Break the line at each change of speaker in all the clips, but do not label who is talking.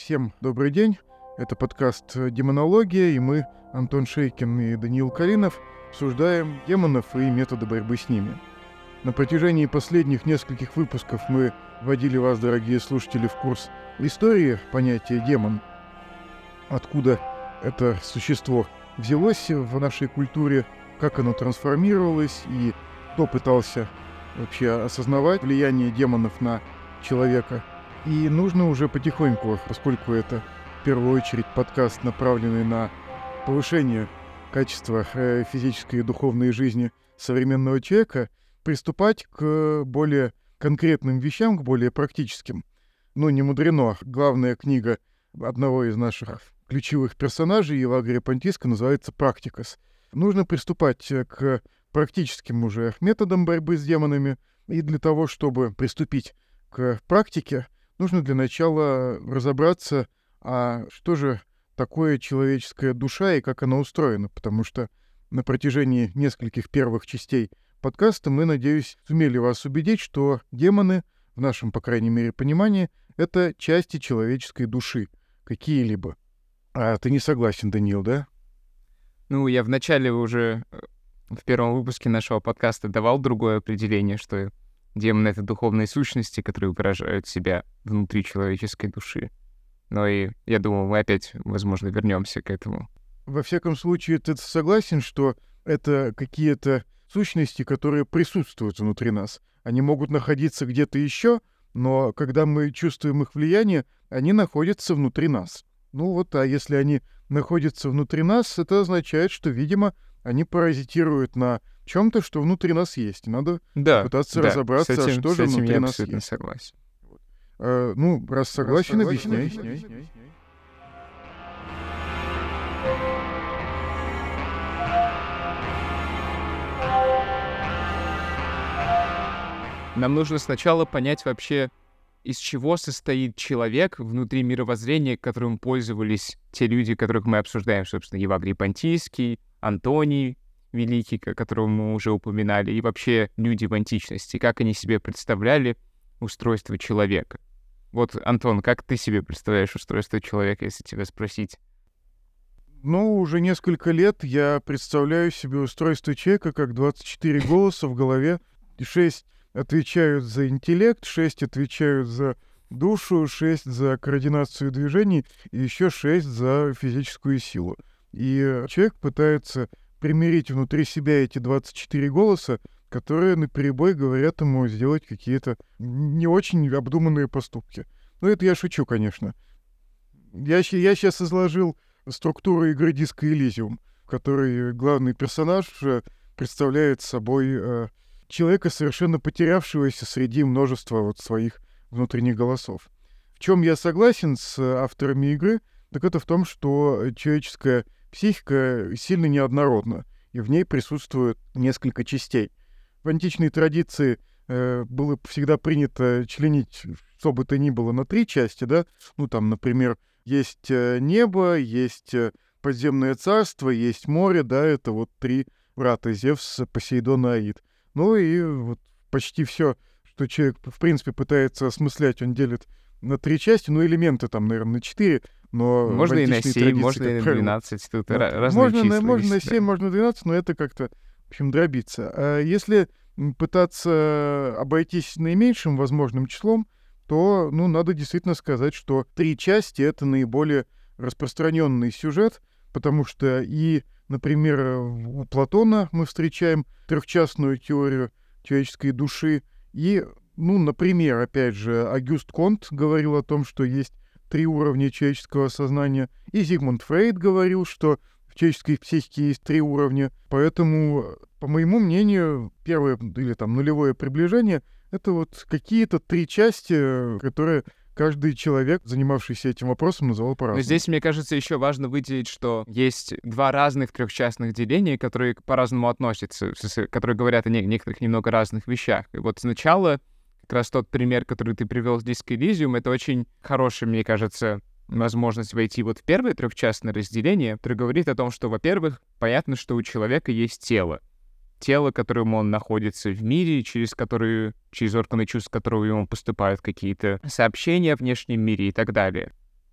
Всем добрый день. Это подкаст «Демонология», и мы, Антон Шейкин и Даниил Калинов, обсуждаем демонов и методы борьбы с ними. На протяжении последних нескольких выпусков мы вводили вас, дорогие слушатели, в курс истории понятия «демон», откуда это существо взялось в нашей культуре, как оно трансформировалось и кто пытался вообще осознавать влияние демонов на человека. И нужно уже потихоньку, поскольку это в первую очередь подкаст, направленный на повышение качества физической и духовной жизни современного человека, приступать к более конкретным вещам, к более практическим. Не мудрено. Главная книга одного из наших ключевых персонажей, Евагрия Понтийского, называется «Практикас». Нужно приступать к практическим уже методам борьбы с демонами, и для того, чтобы приступить к практике, нужно для начала разобраться, а что же такое человеческая душа и как она устроена, потому что на протяжении нескольких первых частей подкаста мы, надеюсь, сумели вас убедить, что демоны, в нашем, по крайней мере, понимании, это части человеческой души, какие-либо. А ты не согласен, Даниил, да?
Я вначале уже в первом выпуске нашего подкаста давал другое определение, что демоны — это духовные сущности, которые выражают себя внутри человеческой души. Но и я думаю, мы опять, возможно, вернемся к этому.
Во всяком случае, ты согласен, что это какие-то сущности, которые присутствуют внутри нас. Они могут находиться где-то еще, но когда мы чувствуем их влияние, они находятся внутри нас. А если они находятся внутри нас, это означает, что, видимо, они паразитируют на чем-то, что внутри нас есть. Надо пытаться разобраться, что же внутри нас есть.
Я абсолютно согласен.
Раз согласен, объясняй.
Нам нужно сначала понять вообще, из чего состоит человек внутри мировоззрения, которым пользовались те люди, которых мы обсуждаем, собственно, Евагрий Понтийский, Антоний Великий, которого мы уже упоминали, и вообще люди в античности, как они себе представляли устройство человека. Вот, Антон, как ты себе представляешь устройство человека, если тебя спросить?
Уже несколько лет я представляю себе устройство человека как 24 голоса в голове, 6 отвечают за интеллект, 6 отвечают за душу, 6 за координацию движений и еще 6 за физическую силу. И человек пытается примирить внутри себя эти 24 голоса, которые наперебой говорят ему сделать какие-то не очень обдуманные поступки. Это я шучу, конечно. Я сейчас изложил структуру игры Disco Elysium, в которой главный персонаж представляет собой человека, совершенно потерявшегося среди множества своих внутренних голосов. В чем я согласен с авторами игры, так это в том, что человеческая психика сильно неоднородна, и в ней присутствует несколько частей. В античной традиции было всегда принято членить что бы то ни было на 3 части, да? Например, есть небо, есть подземное царство, есть море, да, это 3 брата: Зевс, Посейдон и Аид. И почти все, что человек, в принципе, пытается осмыслять, он делит на 3 части, элементы там, наверное, на 4, но
можно и на 7, можно и на 12, тут разные числа.
Можно на 7, можно на 12, но это как-то, в общем, дробится. А если пытаться обойтись наименьшим возможным числом, то, надо действительно сказать, что 3 части — это наиболее распространенный сюжет, потому что и, например, у Платона мы встречаем трехчастную теорию человеческой души, и, например, опять же, Агюст Конт говорил о том, что есть 3 уровня человеческого сознания, и Зигмунд Фрейд говорил, что в человеческой психике есть 3 уровня. Поэтому, по моему мнению, первое или нулевое приближение — это какие-то 3 части, которые каждый человек, занимавшийся этим вопросом, называл по-разному.
Но здесь, мне кажется, еще важно выделить, что есть 2 разных трехчастных деления, которые по-разному относятся, которые говорят о некоторых немного разных вещах. И сначала как раз тот пример, который ты привел с Disco Elysium, это очень хороший, мне кажется, возможность войти в первое трехчастное разделение, которое говорит о том, что, во-первых, понятно, что у человека есть тело, которым он находится в мире, через органы чувств которого ему поступают какие-то сообщения о внешнем мире и так далее.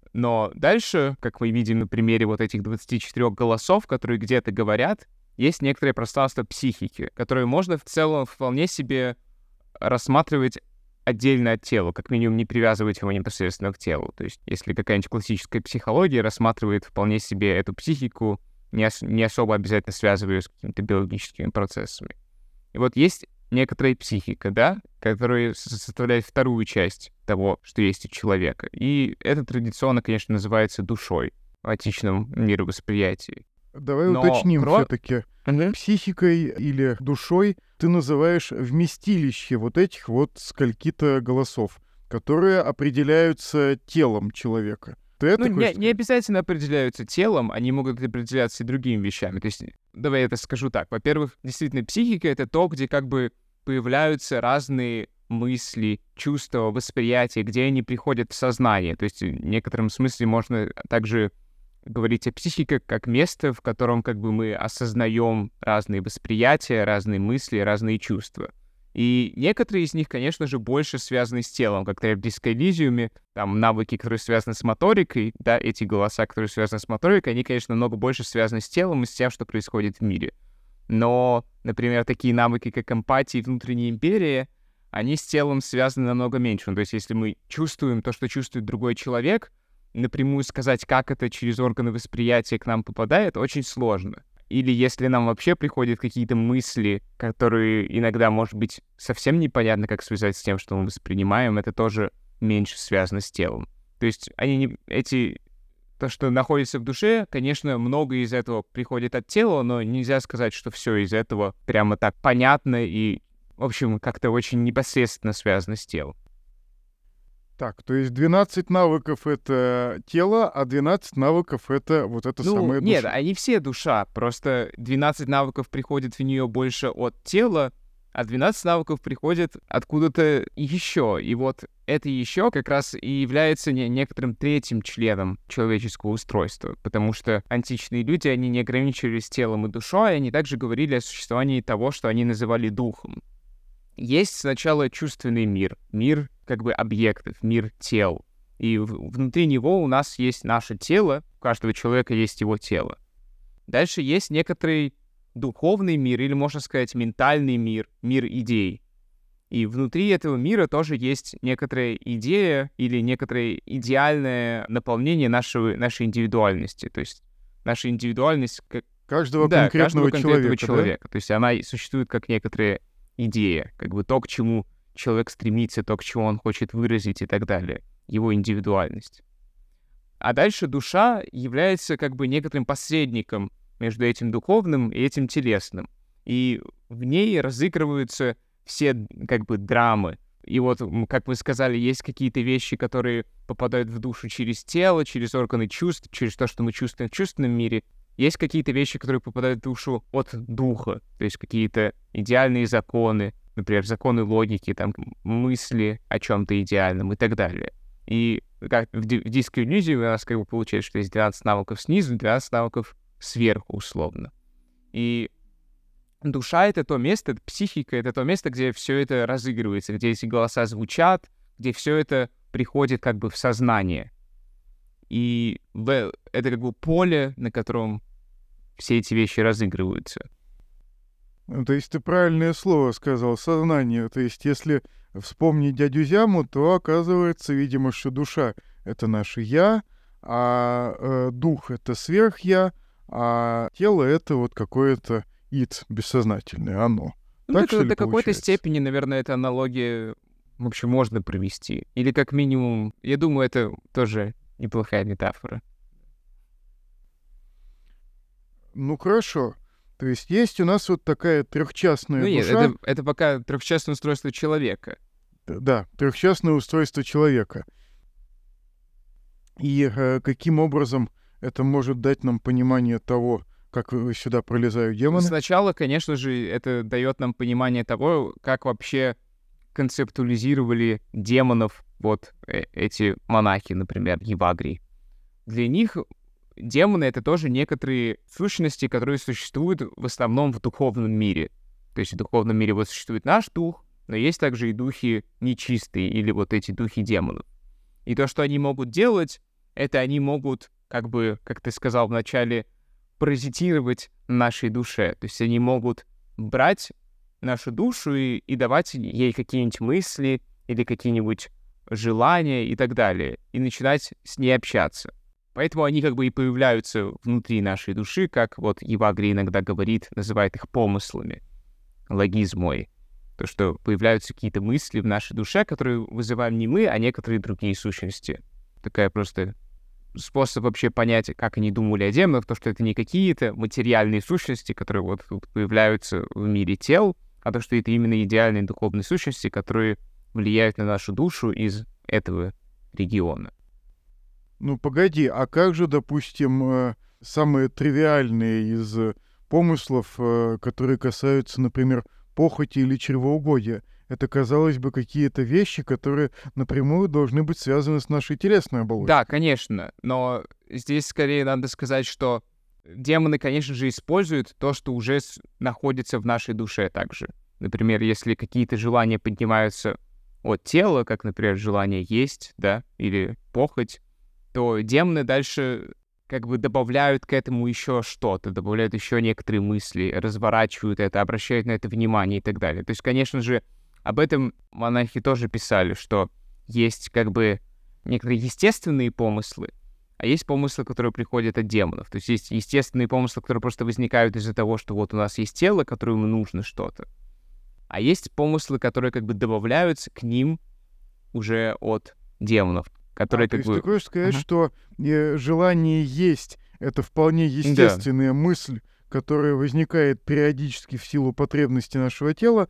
Но дальше, как мы видим на примере вот этих 24 голосов, которые где-то говорят, есть некоторое пространство психики, которое можно в целом вполне себе рассматривать отдельно от тела, как минимум не привязывать его непосредственно к телу. То есть если какая-нибудь классическая психология рассматривает вполне себе эту психику, не особо обязательно связывая ее с какими-то биологическими процессами. И вот есть некоторая психика, да, которая составляет вторую часть того, что есть у человека. И это традиционно, конечно, называется душой в античном мировосприятии.
Давай
Но
уточним все-таки. Психикой или душой ты называешь вместилище вот этих вот скольки-то голосов, которые определяются телом человека. Ты это
не обязательно определяются телом, они могут определяться и другими вещами. То есть, давай я это скажу так. Во-первых, действительно, психика — это то, где как бы появляются разные мысли, чувства, восприятия, где они приходят в сознание. То есть в некотором смысле можно также говорить о психике как место, в котором как бы мы осознаем разные восприятия, разные мысли, разные чувства. И некоторые из них, конечно же, больше связаны с телом, как, например, в Disco Elysium, там навыки, которые связаны с моторикой, да, эти голоса, которые связаны с моторикой, они, конечно, намного больше связаны с телом и с тем, что происходит в мире. Но, например, такие навыки, как эмпатия и внутренняя империя, они с телом связаны намного меньше. Ну, то есть если мы чувствуем то, что чувствует другой человек, напрямую сказать, как это через органы восприятия к нам попадает, очень сложно. Или если нам вообще приходят какие-то мысли, которые иногда, может быть, совсем непонятно, как связать с тем, что мы воспринимаем, это тоже меньше связано с телом. То есть то, что находится в душе, конечно, много из этого приходит от тела, но нельзя сказать, что все из этого прямо так понятно и, в общем, как-то очень непосредственно связано с телом.
Так, то есть 12 навыков — это тело, а 12 навыков — это вот это самая душа.
Нет, они все душа, просто 12 навыков приходит в нее больше от тела, а 12 навыков приходит откуда-то еще. И вот это еще как раз и является некоторым третьим членом человеческого устройства, потому что античные люди, они не ограничивались телом и душой, они также говорили о существовании того, что они называли духом. Есть сначала чувственный мир, мир как бы объектов, мир тел. И внутри него у нас есть наше тело, у каждого человека есть его тело. Дальше есть некоторый духовный мир, или, можно сказать, ментальный мир, мир идей. И внутри этого мира тоже есть некоторая идея или некоторое идеальное наполнение нашей индивидуальности. То есть наша индивидуальность
каждого конкретного человека.
То есть она существует как некоторая идея, как бы то, к чему человек стремится, то, к чему он хочет выразить и так далее, его индивидуальность. А дальше душа является как бы некоторым посредником между этим духовным и этим телесным. И в ней разыгрываются все как бы драмы. И вот, как вы сказали, есть какие-то вещи, которые попадают в душу через тело, через органы чувств, через то, что мы чувствуем в чувственном мире. Есть какие-то вещи, которые попадают в душу от духа, то есть какие-то идеальные законы, например, законы логики, там, мысли о чем-то идеальном и так далее. И как в Disco Elysium у нас как бы получается, что есть 12 навыков снизу, 12 навыков сверху, условно. И душа — это то место, психика — это то место, где все это разыгрывается, где эти голоса звучат, где все это приходит как бы в сознание. И это как бы поле, на котором все эти вещи разыгрываются.
То есть ты правильное слово сказал, сознание. То есть если вспомнить дядю Зяму, то оказывается, видимо, что душа — это наше «я», а дух — это сверх-я, а тело — это вот какое-то «ид» бессознательное, оно.
Так что до какой-то степени, наверное, эта аналогия, в общем, можно провести. Или как минимум, я думаю, это тоже неплохая метафора.
Ну, хорошо. То есть у нас вот такая трехчастная душа.
Нет, это пока трехчастное устройство человека.
Да, трехчастное устройство человека. И каким образом это может дать нам понимание того, как сюда пролезают демоны?
Сначала, конечно же, это дает нам понимание того, как вообще концептуализировали демонов вот эти монахи, например, Евагрий. Для них демоны — это тоже некоторые сущности, которые существуют в основном в духовном мире. То есть в духовном мире вот существует наш дух, но есть также и духи нечистые, или вот эти духи демонов. И то, что они могут делать, это они могут, как бы, как ты сказал вначале, паразитировать на нашей душе. То есть они могут брать нашу душу и давать ей какие-нибудь мысли или какие-нибудь желания и так далее, и начинать с ней общаться. Поэтому они как бы и появляются внутри нашей души, как вот Евагрий иногда говорит, называет их помыслами, логизмой. То, что появляются какие-то мысли в нашей душе, которые вызываем не мы, а некоторые другие сущности. Такая просто способ вообще понять, как они думали о демонах, то, что это не какие-то материальные сущности, которые вот тут появляются в мире тел, а то, что это именно идеальные духовные сущности, которые влияют на нашу душу из этого региона.
Ну, погоди, а как же, допустим, самые тривиальные из помыслов, которые касаются, например, похоти или чревоугодия? Это, казалось бы, какие-то вещи, которые напрямую должны быть связаны с нашей телесной оболочкой.
Да, конечно, но здесь скорее надо сказать, что демоны, конечно же, используют то, что уже находится в нашей душе также. Например, если какие-то желания поднимаются от тела, как, например, желание есть, да, или похоть, то демоны дальше как бы добавляют к этому еще что-то, добавляют еще некоторые мысли, разворачивают это, обращают на это внимание и так далее. То есть, конечно же, об этом монахи тоже писали, что есть как бы некоторые естественные помыслы, а есть помыслы, которые приходят от демонов. То есть есть естественные помыслы, которые просто возникают из-за того, что вот у нас есть тело, которому нужно что-то. А есть помыслы, которые как бы добавляются к ним уже от демонов, которые
то
как
есть
бы...
ты хочешь сказать, что желание есть — это вполне
Да.
естественная мысль, которая возникает периодически в силу потребностей нашего тела,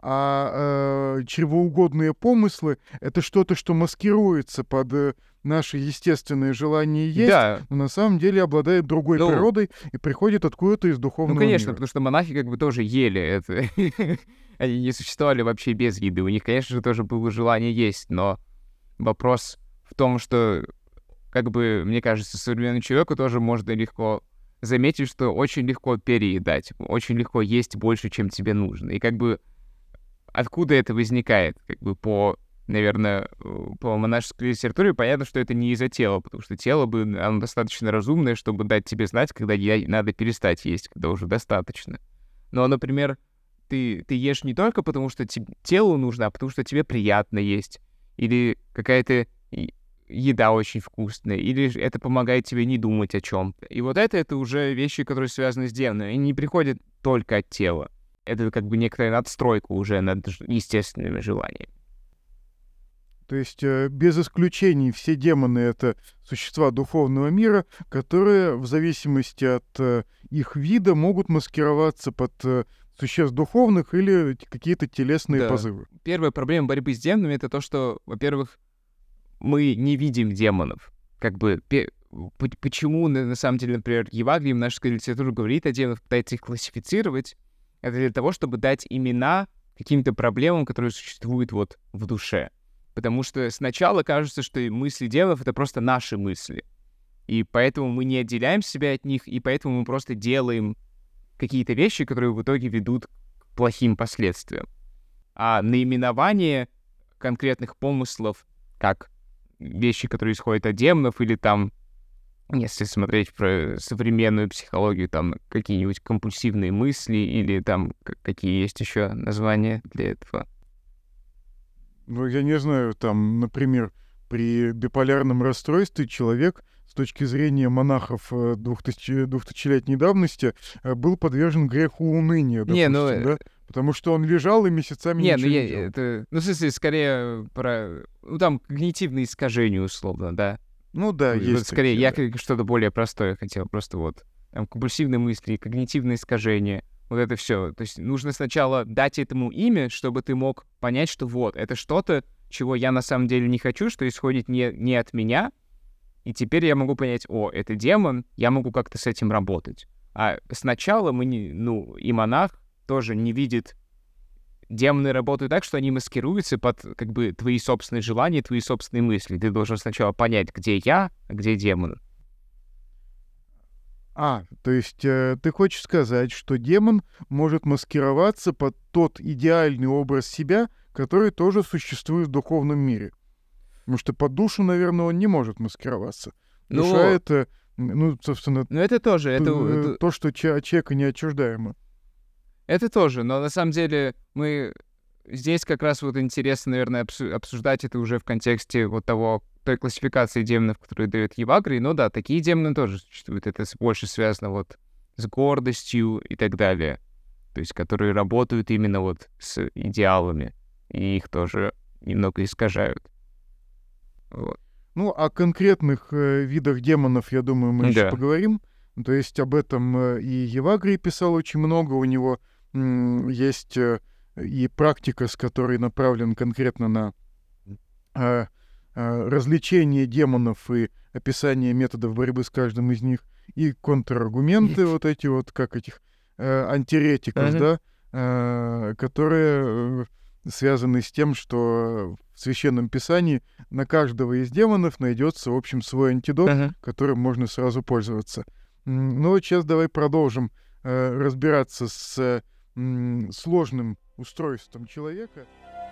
а чревоугодные помыслы — это что-то, что маскируется под наше естественное желание есть,
Да,
но на самом деле обладает другой
Ну,
природой и приходит откуда-то из
ну,
духовного
конечно,
мира.
потому что монахи как бы тоже ели это. Они не существовали вообще без еды. У них, конечно же, тоже было желание есть, но вопрос в том, что, как бы, мне кажется, современному человеку тоже можно легко заметить, что очень легко переедать, очень легко есть больше, чем тебе нужно. И как бы откуда это возникает? Как бы наверное, по монашеской литературе понятно, что это не из-за тела, потому что тело оно достаточно разумное, чтобы дать тебе знать, когда надо перестать есть, когда уже достаточно. Но, например, ты ешь не только потому, что телу нужно, а потому что тебе приятно есть. Или какая-то еда очень вкусная, или это помогает тебе не думать о чем-то. И вот это уже вещи, которые связаны с демоном. Они не приходят только от тела. Это как бы некоторая надстройка уже над естественными желаниями.
То есть без исключений все демоны — это существа духовного мира, которые в зависимости от их вида могут маскироваться под существ духовных или какие-то телесные
Да.
позывы.
Первая проблема борьбы с демонами — это то, что, во-первых, мы не видим демонов. Как бы почему, на самом деле, например, Евагрий в нашей литературе говорит о демонах, пытается их классифицировать, это для того, чтобы дать имена каким-то проблемам, которые существуют вот в душе. Потому что сначала кажется, что мысли демонов — это просто наши мысли. И поэтому мы не отделяем себя от них, и поэтому мы просто делаем какие-то вещи, которые в итоге ведут к плохим последствиям. А наименование конкретных помыслов, как вещи, которые исходят от демонов, или там, если смотреть про современную психологию, там какие-нибудь компульсивные мысли, или там какие есть еще названия для этого.
Ну, я не знаю, там, например, при биполярном расстройстве человек с точки зрения монахов 2000-летней давности был подвержен греху уныния, допустим, да? Потому что он лежал и месяцами ничего не делал.
Ну, в смысле, скорее про... Ну, там, когнитивные искажения, условно, да.
Ну да,
Вот
есть
скорее,
такие,
я что-то более простое хотел, просто вот. Там компульсивные мысли, когнитивные искажения, вот это все. То есть нужно сначала дать этому имя, чтобы ты мог понять, что вот, это что-то, чего я на самом деле не хочу, что исходит не от меня, и теперь я могу понять, это демон, я могу как-то с этим работать. А сначала и монах тоже не видит. Демоны работают так, что они маскируются под как бы твои собственные желания, твои собственные мысли. Ты должен сначала понять, где я, а где демон.
То есть ты хочешь сказать, что демон может маскироваться под тот идеальный образ себя, который тоже существует в духовном мире? Потому что под душу, наверное, он не может маскироваться. Душа — это, собственно,
Ну, это тоже, это
то, что от человека неотчуждаемо.
это тоже, но на самом деле мы здесь как раз вот интересно, наверное, обсуждать это уже в контексте вот той классификации демонов, которые дает Евагрий. Ну да, такие демоны тоже существуют. Это больше связано вот с гордостью и так далее. То есть которые работают именно вот с идеалами, и их тоже немного искажают. Вот.
Ну, о конкретных видах демонов, я думаю, мы еще поговорим. То есть об этом и Евагрий писал очень много. У него есть и практика, с которой направлен конкретно на развлечение демонов и описание методов борьбы с каждым из них, и контраргументы вот эти вот, как этих антиретиков, да, которые связаны с тем, что в Священном Писании на каждого из демонов найдется, в общем, свой антидот, которым можно сразу пользоваться. Ну вот сейчас давай продолжим разбираться с сложным устройством человека.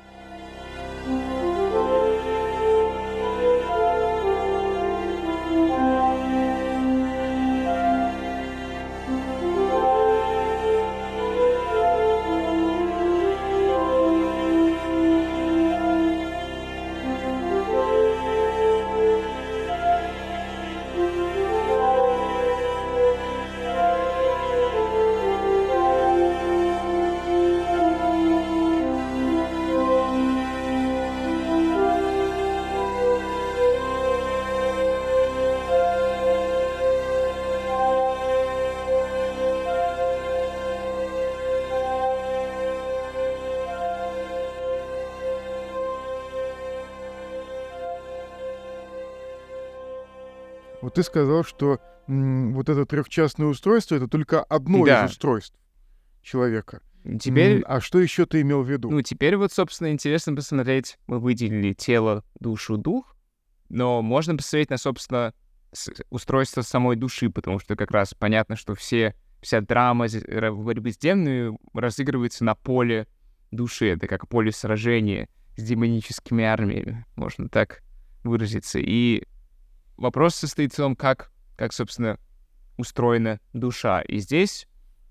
Вот ты сказал, что вот это трехчастное устройство — это только одно из устройств человека.
Теперь...
А что еще ты имел в виду?
Ну, теперь вот, собственно, интересно посмотреть. Мы выделили тело, душу, дух, но можно посмотреть на, собственно, устройство самой души, потому что как раз понятно, что вся драма борьбы с демонами разыгрывается на поле души. Это как поле сражения с демоническими армиями, можно так выразиться. И вопрос состоит в том, как собственно, устроена душа. И здесь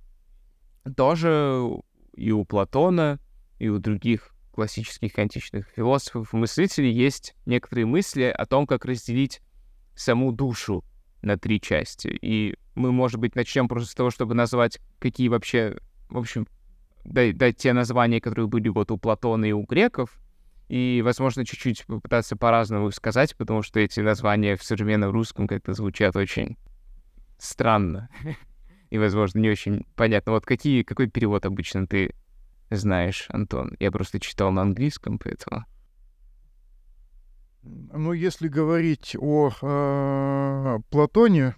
тоже и у Платона, и у других классических античных философов, мыслителей есть некоторые мысли о том, как разделить саму душу на 3 части. И мы, может быть, начнем просто с того, чтобы назвать, какие вообще, в общем, дать те названия, которые были вот у Платона и у греков, и, возможно, чуть-чуть попытаться по-разному их сказать, потому что эти названия в современном русском как-то звучат очень странно. И, возможно, не очень понятно. Вот какой перевод обычно ты знаешь, Антон? Я просто читал на английском, поэтому...
Ну, если говорить о Платоне,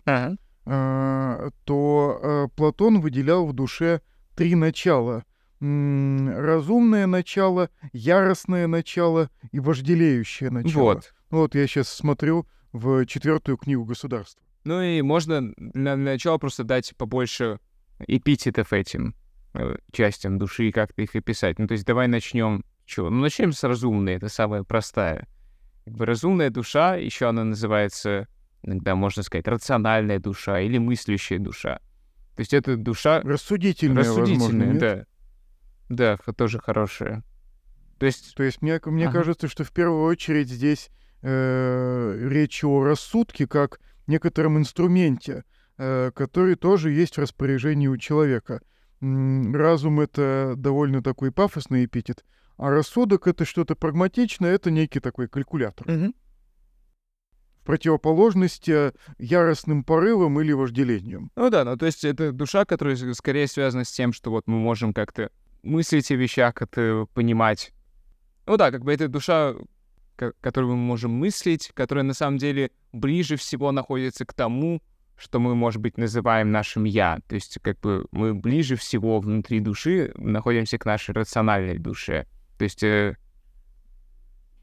то Платон выделял в душе 3 начала. Разумное начало, яростное начало и вожделеющее начало. Вот я сейчас смотрю в 4-ю книгу государства.
Ну и можно для начала просто дать побольше эпитетов этим частям души и как-то их описать. Ну то есть давай начнем с чего? Ну начнем с разумной, это самая простая. Как бы разумная душа, еще она называется, иногда можно сказать, рациональная душа или мыслящая душа. То есть это душа...
Рассудительная, возможно, нет?
Да. Да, тоже хорошая. То есть
мне кажется, что в первую очередь здесь речь о рассудке как некотором инструменте, который тоже есть в распоряжении у человека. Разум — это довольно такой пафосный эпитет, а рассудок — это что-то прагматичное, это некий такой калькулятор. В противоположность яростным порывам или вожделениям.
Ну да, ну то есть это душа, которая скорее связана с тем, что вот мы можем как-то мыслить о вещах, как-то понимать. Ну да, как бы это душа, которую мы можем мыслить, которая на самом деле ближе всего находится к тому, что мы, может быть, называем нашим «я». То есть как бы мы ближе всего внутри души находимся к нашей рациональной душе. То есть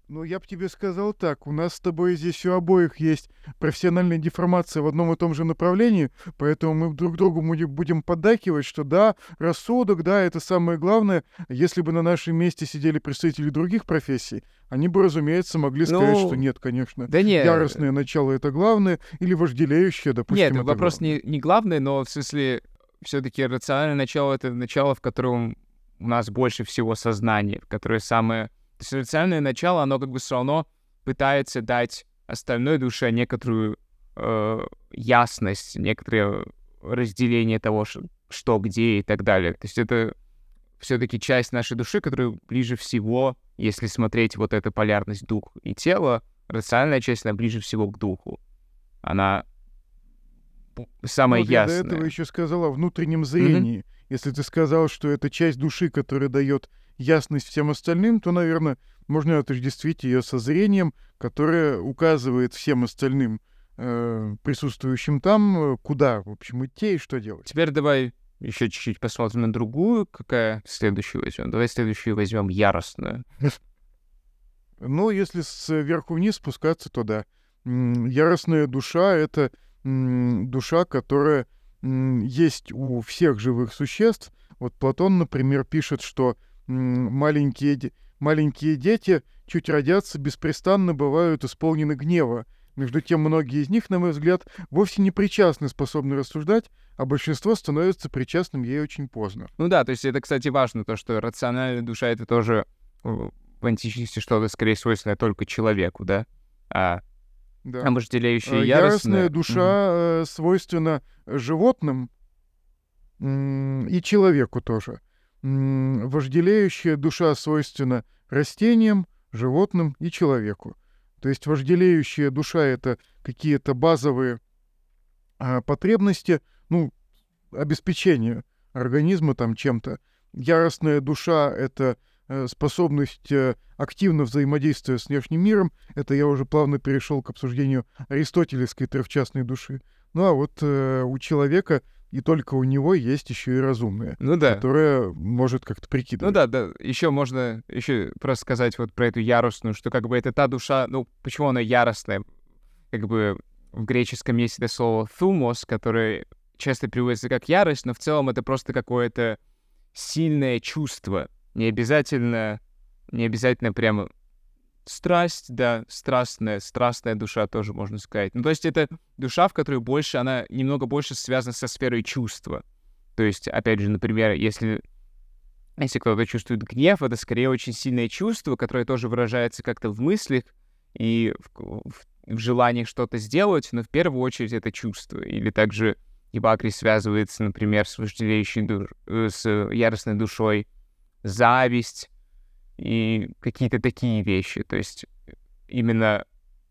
Ну, я бы тебе сказал так, у нас с тобой здесь у обоих есть профессиональная деформация в одном и том же направлении, поэтому мы друг другу будем поддакивать, что да, рассудок, да, это самое главное. Если бы на нашем месте сидели представители других профессий, они бы, разумеется, могли сказать, что
Ну,
нет, конечно,
да не,
яростное начало — это главное, или вожделеющее,
нет,
допустим, это
вопрос
главное.
не главный, но в смысле все-таки рациональное начало — это начало, в котором у нас больше всего сознания, которое самое... То есть рациональное начало, оно как бы все равно пытается дать остальной душе некоторую ясность, некоторое разделение того, что, где и так далее. То есть это все-таки часть нашей души, которая ближе всего, если смотреть вот эту полярность дух и тело, рациональная часть, она ближе всего к духу. Она
Ну
самая
вот я до этого
ясная.
еще сказал о внутреннем
Мгм.
зрении. Если ты сказал, что это часть души, которая дает ясность всем остальным, то, наверное, можно отождествить ее со зрением, которое указывает всем остальным присутствующим там, куда, в общем, идти и что делать.
Теперь давай еще чуть-чуть посмотрим на другую. Какая следующую возьмем? Давай следующую возьмем яростную.
Но если сверху вниз спускаться, то да. Яростная душа — это душа, которая есть у всех живых существ. Вот Платон, например, пишет, что маленькие дети чуть родятся, беспрестанно бывают исполнены гнева. Между тем, многие из них, на мой взгляд, вовсе не причастны, способны рассуждать, а большинство становится причастным ей очень поздно.
Ну да, то есть это, кстати, важно, то, что рациональная душа — это тоже в античности что-то скорее свойственное только человеку, да? А
Да.
вожделеющая и
Яростная
яростная...
душа свойственна животным, и человеку тоже. Вожделеющая душа свойственна растениям, животным и человеку. То есть вожделеющая душа — это какие-то базовые потребности, ну, обеспечение организма там чем-то. Яростная душа — это способность активно взаимодействовать с внешним миром. Это я уже плавно перешел к обсуждению аристотелевской трехчастной души. Ну а вот у человека и только у него есть еще и разумное,
Ну да.
которое может как-то
Ну
прикидывать.
да, да. Еще можно еще просто сказать вот про эту яростную, что как бы это та душа, ну, почему она яростная? Как бы в греческом есть это слово «thumos», которое часто переводится как ярость, но в целом это просто какое-то сильное чувство. Не обязательно прямо страсть, да, страстная душа тоже можно сказать. Ну, то есть это душа, в которой больше, она немного больше связана со сферой чувства. То есть, опять же, например, если кто-то чувствует гнев, это скорее очень сильное чувство, которое тоже выражается как-то в мыслях и в желании что-то сделать, но в первую очередь это чувство. Или также Гиппократ связывается, например, с с яростной душой зависть и какие-то такие вещи. То есть именно,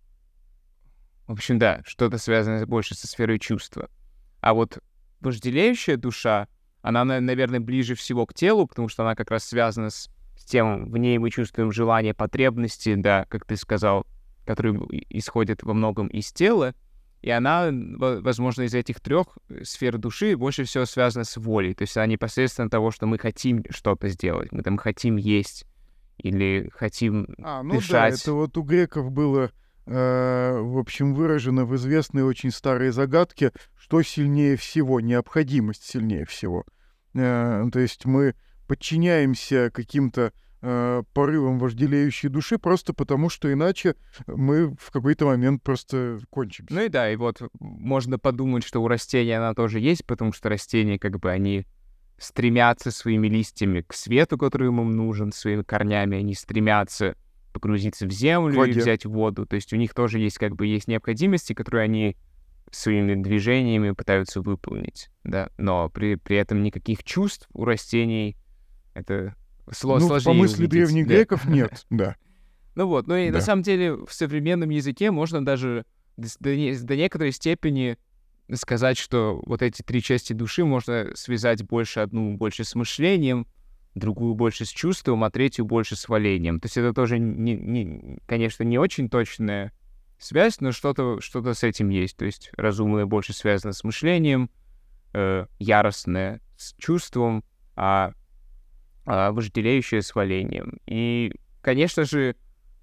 в общем, да, что-то связанное больше со сферой чувства. А вот вожделеющая душа, она, наверное, ближе всего к телу, потому что она как раз связана с тем, в ней мы чувствуем желание, потребности, да, как ты сказал, которые исходят во многом из тела, и она, возможно, из этих трех сфер души больше всего связана с волей, то есть она непосредственно того, что мы хотим что-то сделать, мы там хотим есть или хотим
Ну да, это
дышать.
вот у греков было, в общем, выражено в известной очень старой загадке, что сильнее всего, необходимость сильнее всего. То есть мы подчиняемся каким-то порывам вожделеющей души просто потому, что иначе мы в какой-то момент просто кончимся.
Ну и да, и вот можно подумать, что у растения она тоже есть, потому что растения, как бы, они стремятся своими листьями к свету, который им нужен, своими корнями, они стремятся погрузиться в
К
землю и
воде.
взять воду. То есть у них тоже есть, как бы, есть необходимости, которые они своими движениями пытаются выполнить, да. Но при этом никаких чувств у растений это
Ну, по
сложнее
мысли
увидеть,
древних
да.
греков нет, да,
Ну вот, ну и на
да.
самом деле в современном языке можно даже до некоторой степени сказать, что вот эти три части души можно связать больше: одну больше с мышлением, другую больше с чувством, а третью больше с валением. То есть это тоже, конечно, не очень точная связь, но что-то с этим есть. То есть разумное больше связано с мышлением, яростное с чувством, а вожделеющее с валением. И, конечно же,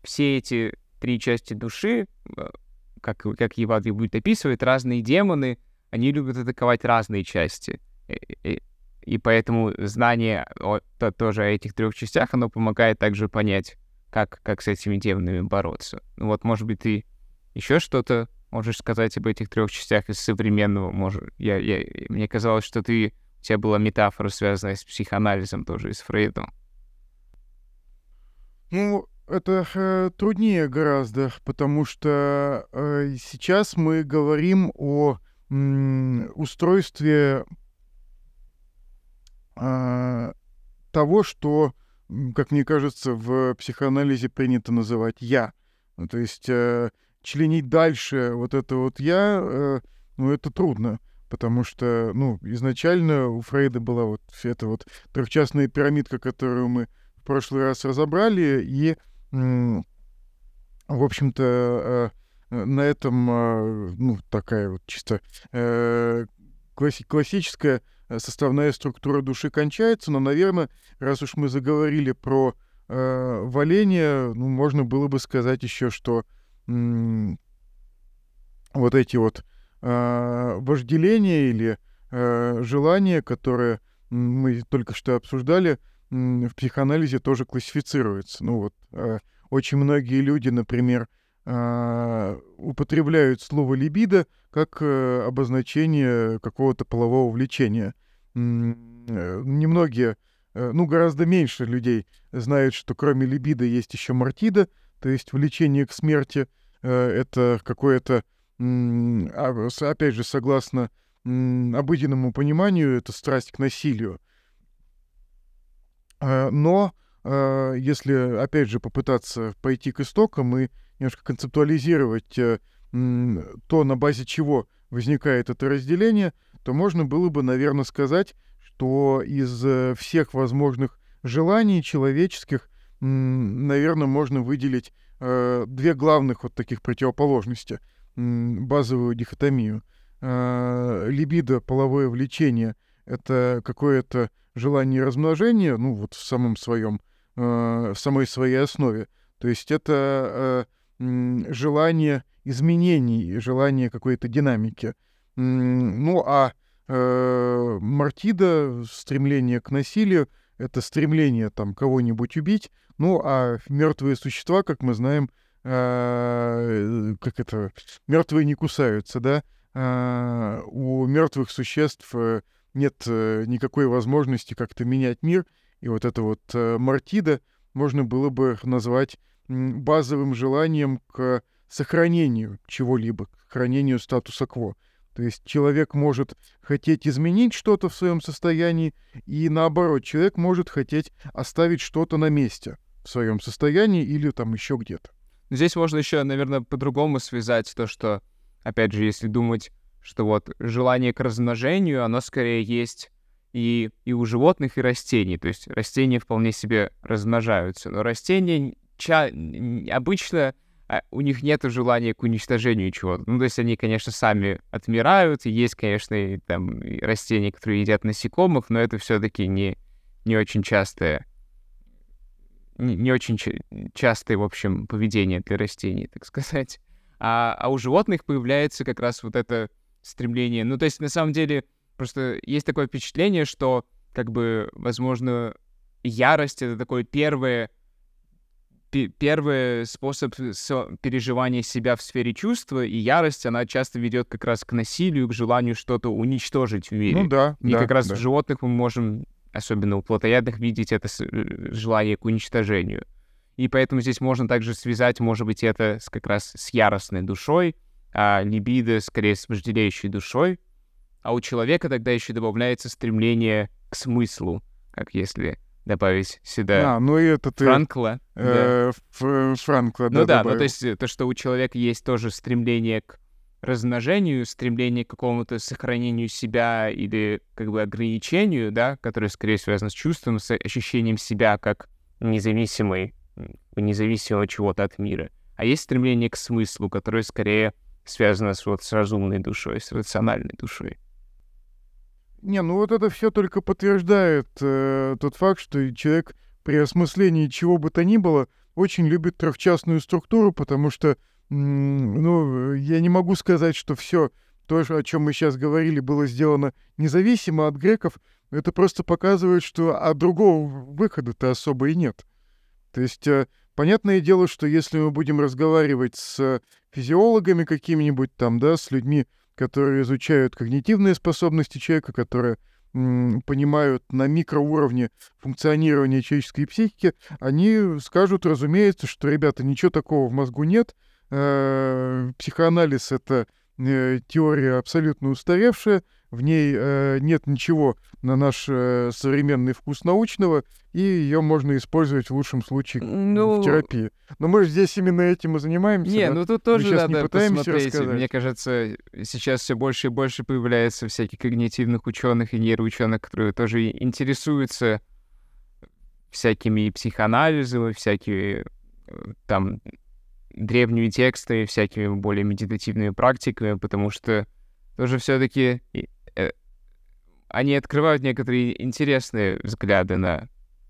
все эти три части души, как Евангелие будет описывать, разные демоны, они любят атаковать разные части. И поэтому знание тоже о этих трех частях, оно помогает также понять, как с этими демонами бороться. Ну вот, может быть, ты еще что-то можешь сказать об этих трех частях из современного? Мне казалось, что у тебя была метафора, связанная с психоанализом тоже, и с Фрейдом.
Ну, это труднее гораздо, потому что сейчас мы говорим о устройстве того, что, как мне кажется, в психоанализе принято называть «я». Ну, то есть членить дальше вот это вот «я», ну, это трудно, потому что, ну, изначально у Фрейда была вот эта вот трехчастная пирамидка, которую мы в прошлый раз разобрали, и, в общем-то, на этом, ну, такая вот чисто классическая составная структура души кончается, но, наверное, раз уж мы заговорили про валение, ну, можно было бы сказать еще, что вот эти вот вожделения или желания, которые мы только что обсуждали, в психоанализе тоже классифицируются. Ну вот, очень многие люди, например, употребляют слово «либидо» как обозначение какого-то полового влечения. Немногие, ну, гораздо меньше людей знают, что кроме либидо есть еще мартидо, то есть влечение к смерти. Это какое-то, опять же, согласно обыденному пониманию, это страсть к насилию. Но если, опять же, попытаться пойти к истокам и немножко концептуализировать то, на базе чего возникает это разделение, то можно было бы, наверное, сказать, что из всех возможных желаний человеческих, наверное, можно выделить две главных вот таких противоположности, базовую дихотомию. Либидо, половое влечение — это какое-то желание размножения, ну вот в самом своем, в самой своей основе. То есть это желание изменений, желание какой-то динамики. Ну а мартидо, стремление к насилию, это стремление там кого-нибудь убить. Ну а мертвые существа, как мы знаем, мертвые не кусаются, да? У мертвых существ нет никакой возможности как-то менять мир, и вот это вот мартидо можно было бы назвать базовым желанием к сохранению чего-либо, к сохранению статуса кво. То есть человек может хотеть изменить что-то в своем состоянии, и наоборот, человек может хотеть оставить что-то на месте в своем состоянии или там еще где-то.
Здесь можно еще, наверное, по-другому связать то, что, опять же, если думать, что вот желание к размножению, оно скорее есть и у животных, и растений. То есть растения вполне себе размножаются, но растения обычно у них нет желания к уничтожению чего-то. Ну, то есть они, конечно, сами отмирают, и есть, конечно, и, там, и растения, которые едят насекомых, но это все-таки не очень частое, не очень частое, в общем, поведение для растений, так сказать. А у животных появляется как раз вот это стремление. Ну, то есть, на самом деле, просто есть такое впечатление, что, как бы, возможно, ярость — это такой первый способ переживания себя в сфере чувства, и ярость, она часто ведет как раз к насилию, к желанию что-то уничтожить в мире.
Ну да,
и как раз в животных мы можем, особенно у плотоядных, видеть это желание к уничтожению. И поэтому здесь можно также связать, может быть, это как раз с яростной душой, а либидо скорее с вожделеющей душой, а у человека тогда еще добавляется стремление к смыслу, как если добавить сюда
ну и это ты
Франкла.
Франкла,
Ну да,
добавил.
ну то есть то, что у человека есть тоже стремление к размножению, стремление к какому-то сохранению себя или как бы ограничению, да, которое скорее связано с чувством, с ощущением себя как независимого чего-то от мира. А есть стремление к смыслу, которое скорее связано с разумной душой, с рациональной душой.
Не, ну вот это все только подтверждает тот факт, что человек при осмыслении чего бы то ни было очень любит трехчастную структуру, потому что, я не могу сказать, что все то, о чем мы сейчас говорили, было сделано независимо от греков. Это просто показывает, что другого выхода-то особо и нет. То есть, понятное дело, что если мы будем разговаривать с физиологами какими-нибудь там, да, с людьми, которые изучают когнитивные способности человека, которые понимают на микроуровне функционирование человеческой психики, они скажут, разумеется, что, ребята, ничего такого в мозгу нет, психоанализ — это теория абсолютно устаревшая, в ней нет ничего на наш современный вкус научного, и ее можно использовать в лучшем случае в терапии. Но мы же здесь именно этим и занимаемся.
Не,
да?
ну тут тоже
сейчас не
надо
пытаемся
посмотреть.
рассказать.
Мне кажется, сейчас все больше и больше появляется всяких когнитивных ученых и нейроученых, которые тоже интересуются всякими психоанализами, всякими там древними текстами, всякими более медитативными практиками, потому что тоже все-таки они открывают некоторые интересные взгляды на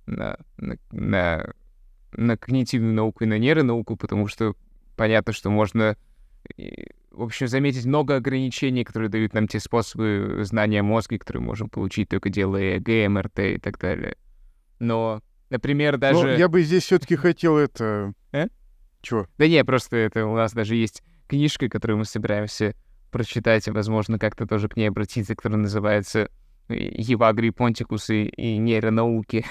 когнитивную науку и на нейронауку, потому что понятно, что можно, в общем, заметить много ограничений, которые дают нам те способы знания мозга, которые мы можем получить, только делая ЭЭГ, МРТ и так далее. Но, например, даже...
Но я бы здесь все-таки хотел это... Чего?
Да не, просто это у нас даже есть книжка, которую мы собираемся прочитать, и, возможно, как-то тоже к ней обратиться, которая называется «Евагрий Понтикус и нейронауки».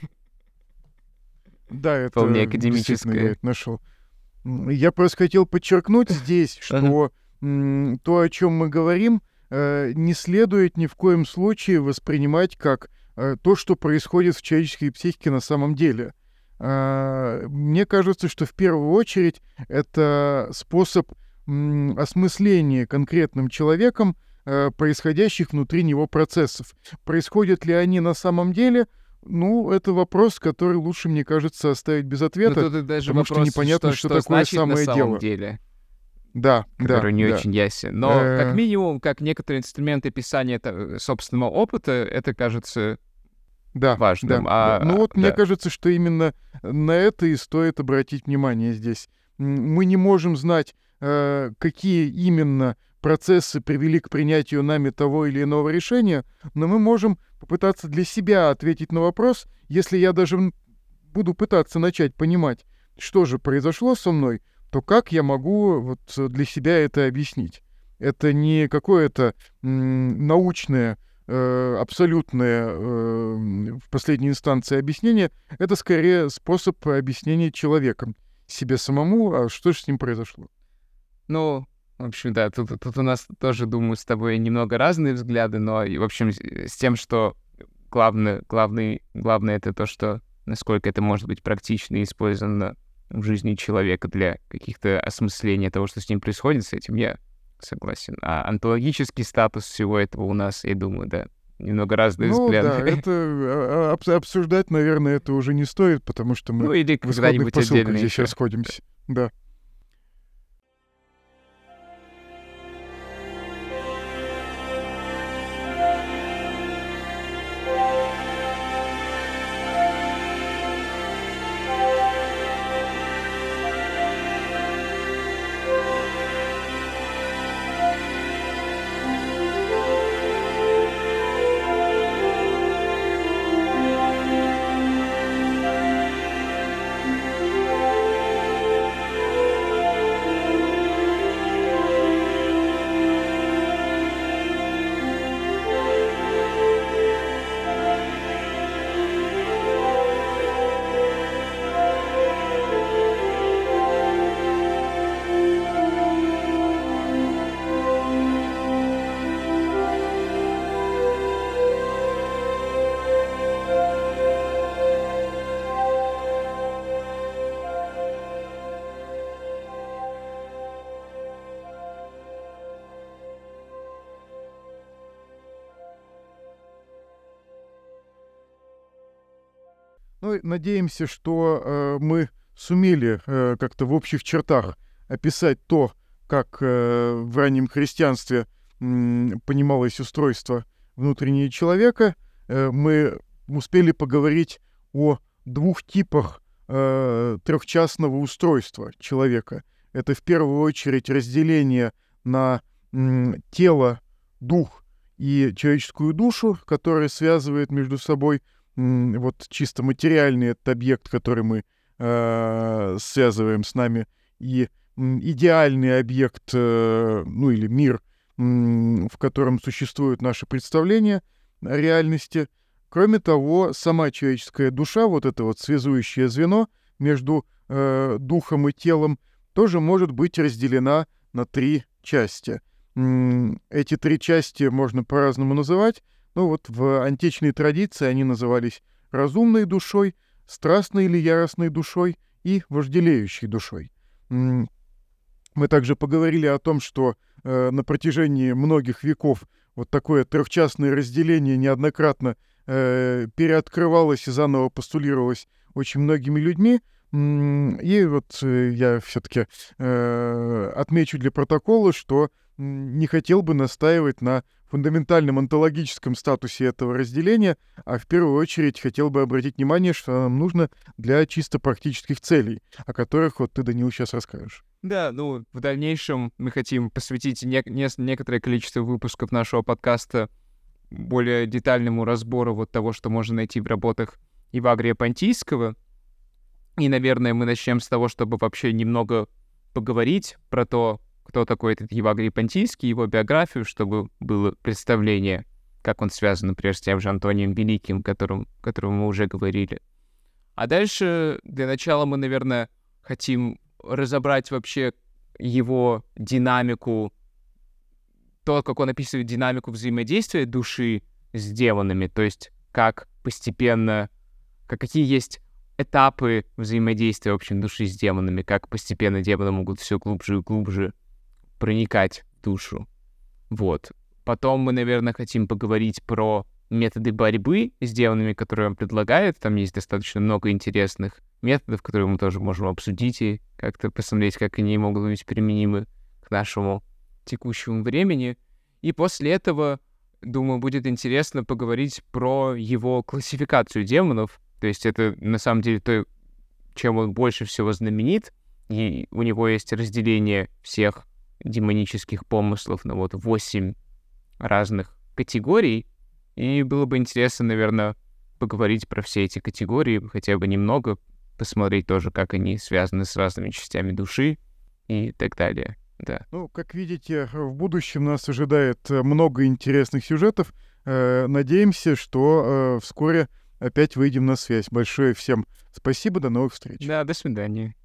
Да, это
вполне
действительно я
академическое.
это нашел. Я просто хотел подчеркнуть здесь, что то, о чем мы говорим, не следует ни в коем случае воспринимать как то, что происходит в человеческой психике на самом деле. Мне кажется, что в первую очередь это способ осмысления конкретным человеком происходящих внутри него процессов. Происходят ли они на самом деле? Ну, это вопрос, который лучше, мне кажется, оставить без ответа,
Ну, тут даже
потому что
вопрос,
непонятно, что такое
значит
самое
на самом
дело.
деле,
Да,
который не
да.
очень ясен. Но, как минимум, как некоторые инструменты писания собственного опыта, это кажется важным.
Да. Ну вот мне
Да.
кажется, что именно на это и стоит обратить внимание здесь. Мы не можем знать, какие именно процессы привели к принятию нами того или иного решения, но мы можем попытаться для себя ответить на вопрос, если я даже буду пытаться начать понимать, что же произошло со мной, то как я могу вот для себя это объяснить? Это не какое-то научное, абсолютное в последней инстанции объяснение, это скорее способ объяснения человеком себе самому, а что же с ним произошло.
Ну, в общем, да, тут у нас тоже, думаю, с тобой немного разные взгляды, но, в общем, с тем, что главное это то, что насколько это может быть практично и использовано в жизни человека для каких-то осмысления того, что с ним происходит, с этим я согласен. А онтологический статус всего этого у нас, я думаю, да, немного разные взгляды.
Да, это обсуждать, наверное, это уже не стоит, потому что мы
или
в исходных посылках здесь
еще
расходимся. Да. Ну, надеемся, что мы сумели как-то в общих чертах описать то, как в раннем христианстве понималось устройство внутреннего человека. Мы успели поговорить о двух типах трехчастного устройства человека. Это в первую очередь разделение на тело, дух и человеческую душу, которые связывают между собой вот чисто материальный этот объект, который мы связываем с нами, и идеальный объект, ну или мир, в котором существуют наши представления о реальности. Кроме того, сама человеческая душа, вот это вот связующее звено между духом и телом, тоже может быть разделена на 3 части. Эти 3 части можно по-разному называть, но вот в античной традиции они назывались разумной душой, страстной или яростной душой и вожделеющей душой. Мы также поговорили о том, что на протяжении многих веков вот такое трехчастное разделение неоднократно переоткрывалось и заново постулировалось очень многими людьми. И вот я все-таки отмечу для протокола, что не хотел бы настаивать на фундаментальном онтологическом статусе этого разделения, а в первую очередь хотел бы обратить внимание, что нам нужно для чисто практических целей, о которых вот ты, Данил, сейчас расскажешь.
Да, ну, в дальнейшем мы хотим посвятить некоторое количество выпусков нашего подкаста более детальному разбору вот того, что можно найти в работах Евагрия Понтийского. И, наверное, мы начнем с того, чтобы вообще немного поговорить про то, кто такой этот Евагрий Понтийский, его биографию, чтобы было представление, как он связан, например, с тем же Антонием Великим, которому мы уже говорили. А дальше, для начала, мы, наверное, хотим разобрать вообще его динамику, то, как он описывает динамику взаимодействия души с демонами, то есть как постепенно, какие есть этапы взаимодействия, в общем, души с демонами, как постепенно демоны могут все глубже и глубже проникать в душу. Вот. Потом мы, наверное, хотим поговорить про методы борьбы с демонами, которые он предлагает. Там есть достаточно много интересных методов, которые мы тоже можем обсудить и как-то посмотреть, как они могут быть применимы к нашему текущему времени. И после этого, думаю, будет интересно поговорить про его классификацию демонов. То есть это, на самом деле, то, чем он больше всего знаменит. И у него есть разделение всех демонических помыслов на вот 8 разных категорий. И было бы интересно, наверное, поговорить про все эти категории, хотя бы немного, посмотреть тоже, как они связаны с разными частями души и так далее. Да.
Ну, как видите, в будущем нас ожидает много интересных сюжетов. Надеемся, что вскоре опять выйдем на связь. Большое всем спасибо, до новых встреч.
Да, до свидания.